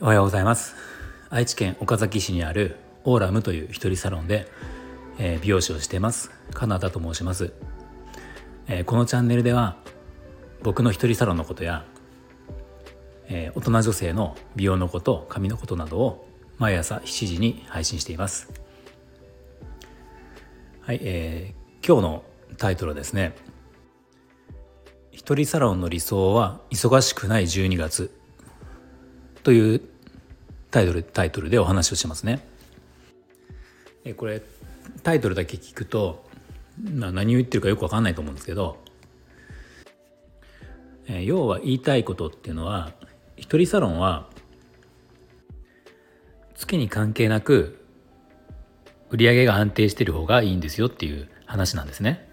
おはようございます。愛知県岡崎市にあるオーラムという一人サロンで、美容師をしていますカナダと申します。このチャンネルでは僕の一人サロンのことや、大人女性の美容のこと、髪のことなどを毎朝7時に配信しています。はい、今日のタイトルはですね、一人サロンの理想は忙しくない12月というタイトルでお話をしますね。これタイトルだけ聞くと、何を言ってるかよく分かんないと思うんですけど、要は言いたいことっていうのは、一人サロンは月に関係なく売り上げが安定している方がいいんですよっていう話なんですね。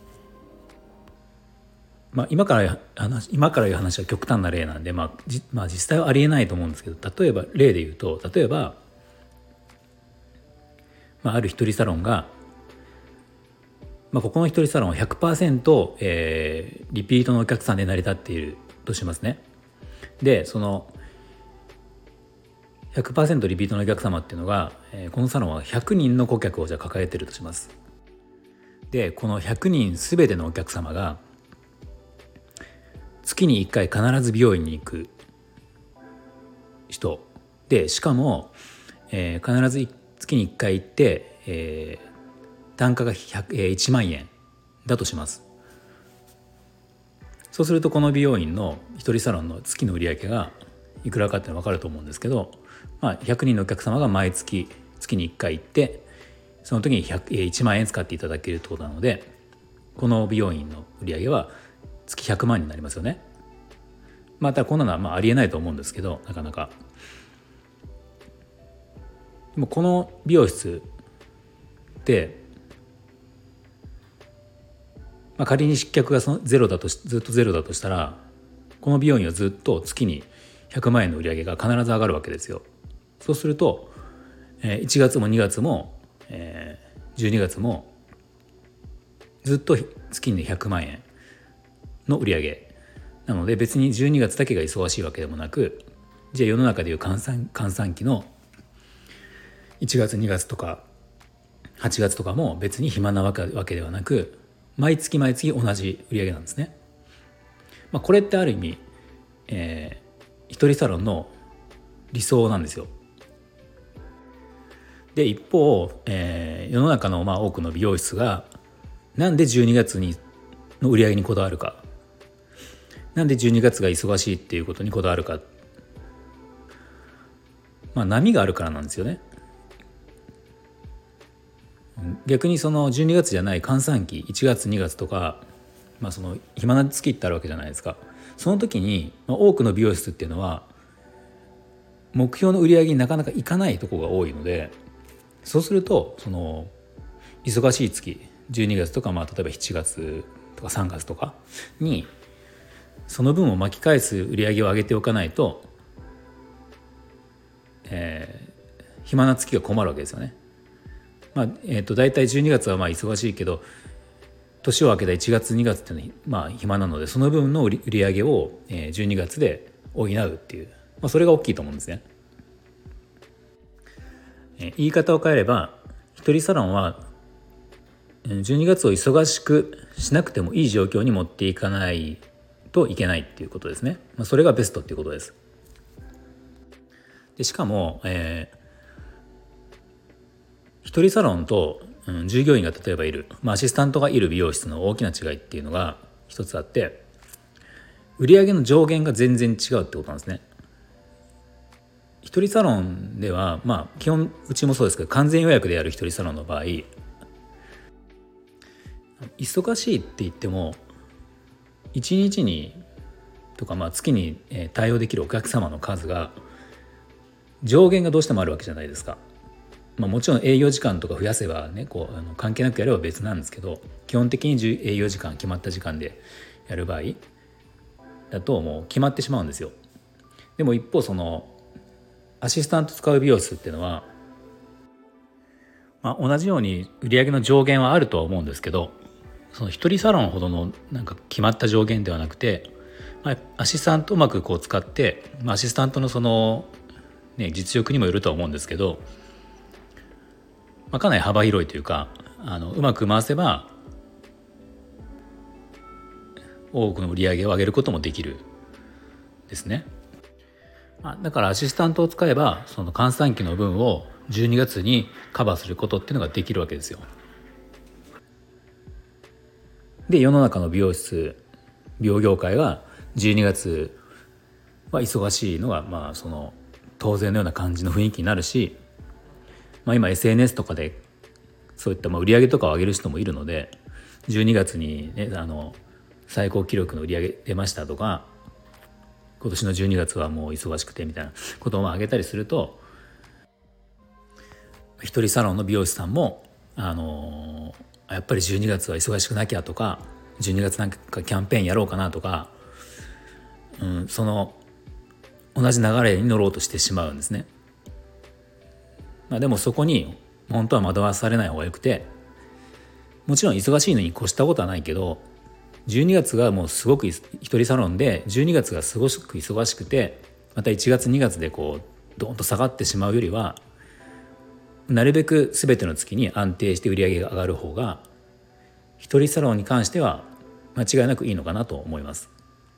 今から言う話は極端な例なんで、実際はありえないと思うんですけど、例えば例で言うと、ある一人サロンが、ここの一人サロンは 100%、リピートのお客さんで成り立っているとしますね。で、その 100% リピートのお客様っていうのが、このサロンは100人の顧客を抱えているとします。で、この100人全てのお客様が月に1回必ず美容院に行く人で、しかも、必ず月に1回行って、単価が1万円だとします。そうするとこの美容院の一人サロンの月の売り上げがいくらかっていうのは分かると思うんですけど、100人のお客様が毎月に1回行って、その時に1万円使っていただけるってことなので、この美容院の売り上げは月100万になりますよね。ただこんなのはありえないと思うんですけど、なかなか。でもこの美容室って仮に失脚がずっとゼロだとしたら、この美容院はずっと月に100万円の売り上げが必ず上がるわけですよ。そうすると1月も2月も12月もずっと月に100万円の売り上げなので、別に12月だけが忙しいわけでもなく、じゃあ世の中でいう換算期の1月2月とか8月とかも別に暇なわけではなく、毎月同じ売り上げなんですね。これってある意味、一人サロンの理想なんですよ。で、一方、世の中の多くの美容室がなんで12月の売り上げにこだわるか、なんで12月が忙しいっていうことにこだわるか、波があるからなんですよね。逆にその12月じゃない換算期1月2月とか、その暇な月ってあるわけじゃないですか。その時に、多くの美容室っていうのは目標の売り上げになかなかいかないところが多いので、そうするとその忙しい月12月とか、例えば7月とか3月とかにその分を巻き返す売り上げを上げておかないと、暇な月が困るわけですよね。だいたい12月は忙しいけど、年を明けた1月2月っていうのは暇なので、その分の売り上げを12月で補うっていう、それが大きいと思うんですね。言い方を変えれば、一人サロンは12月を忙しくしなくてもいい状況に持っていかないといけないっていうことですね。それがベストっていうことです。で、しかも、一人サロンと、従業員が例えばいる、アシスタントがいる美容室の大きな違いっていうのが一つあって、売上の上限が全然違うってことなんですね。一人サロンでは、基本うちもそうですけど、完全予約でやる一人サロンの場合、忙しいって言っても1日にとか月に対応できるお客様の数が上限がどうしてもあるわけじゃないですか。もちろん営業時間とか増やせばね、関係なくやれば別なんですけど、基本的に営業時間決まった時間でやる場合だともう決まってしまうんですよ。でも一方、そのアシスタント使う美容室っていうのは、同じように売上の上限はあるとは思うんですけど、その一人サロンほどの決まった上限ではなくて、アシスタントをうまく使って、アシスタントのそのね、実力にもよるとは思うんですけど、かなり幅広いというか、うまく回せば多くの売り上げを上げることもできるですね。だからアシスタントを使えばその閑散期の分を12月にカバーすることっていうのができるわけですよ。で、世の中の美容業界は12月は忙しいのがその当然のような感じの雰囲気になるし、今 SNS とかでそういった売り上げとかを上げる人もいるので、12月にね最高記録の売り上げ出ましたとか、今年の12月はもう忙しくてみたいなことを上げたりすると、一人サロンの美容師さんもやっぱり12月は忙しくなきゃとか、12月なんかキャンペーンやろうかなとか、その同じ流れに乗ろうとしてしまうんですね。でもそこに本当は惑わされない方がよくて、もちろん忙しいのに越したことはないけど、12月がもうすごく一人サロンで12月がすごく忙しくて、また1月2月でこうドーンと下がってしまうよりは、なるべく全ての月に安定して売り上げが上がる方が一人サロンに関しては間違いなくいいのかなと思います。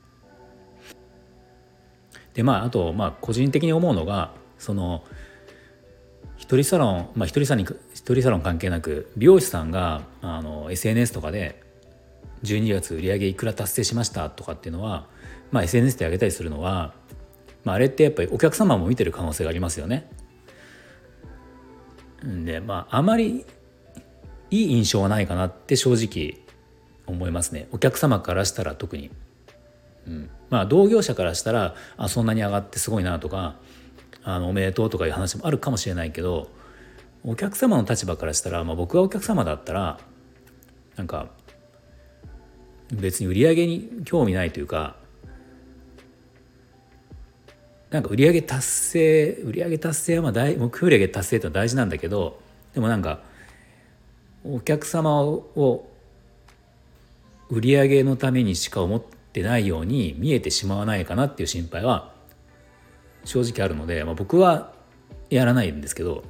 であと個人的に思うのが、その一人サロン、一人サロン関係なく美容師さんがSNS とかで12月売上いくら達成しましたとかっていうのは、SNS で上げたりするのは、あれってやっぱりお客様も見てる可能性がありますよね。であまりいい印象はないかなって正直思いますね。お客様からしたら特に、同業者からしたらそんなに上がってすごいなとか、おめでとうとかいう話もあるかもしれないけど、お客様の立場からしたら、僕がお客様だったらなんか別に売り上げに興味ないというか、なんか売上達成は目標売上達成ってのは大事なんだけど、でもなんかお客様を売上のためにしか思ってないように見えてしまわないかなっていう心配は正直あるので、僕はやらないんですけど、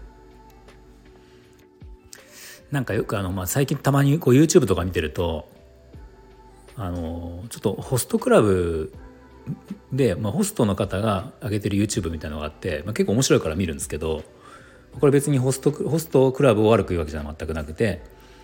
なんかよく最近たまにこう YouTube とか見てると、ちょっとホストクラブで、ホストの方が上げてる YouTube みたいなのがあって、結構面白いから見るんですけど、これ別にホストクラブを悪く言うわけじゃ全くなくて、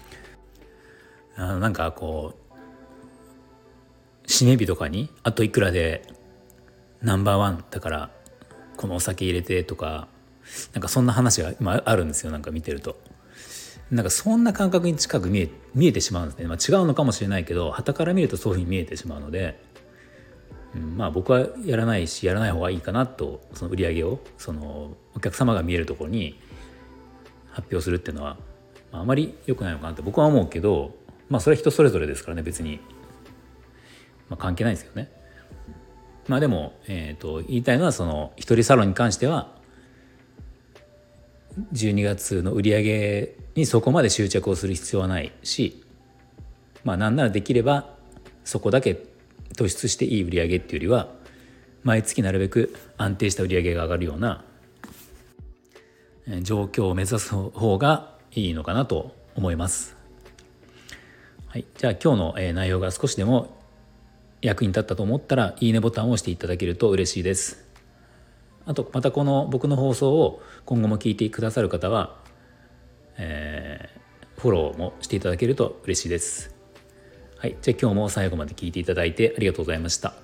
なんかこう締め日とかにあといくらでナンバーワンだからこのお酒入れてとか、なんかそんな話が今あるんですよ。なんか見てるとなんかそんな感覚に近く見えてしまうんですね。違うのかもしれないけど、傍から見るとそういうふうに見えてしまうので、僕はやらないし、やらない方がいいかなと。その売り上げをそのお客様が見えるところに発表するっていうのは、あまり良くないのかなと僕は思うけど、それは人それぞれですからね、別に、関係ないですよね。でも、言いたいのは、その一人サロンに関しては12月の売り上げにそこまで執着をする必要はないし、なんならできればそこだけ突出していい売り上げっていうよりは、毎月なるべく安定した売り上げが上がるような状況を目指す方がいいのかなと思います。はい、じゃあ今日の内容が少しでも役に立ったと思ったら、いいねボタンを押していただけると嬉しいです。あとまたこの僕の放送を今後も聞いてくださる方は、フォローもしていただけると嬉しいです。はい、じゃあ今日も最後まで聞いていただいてありがとうございました。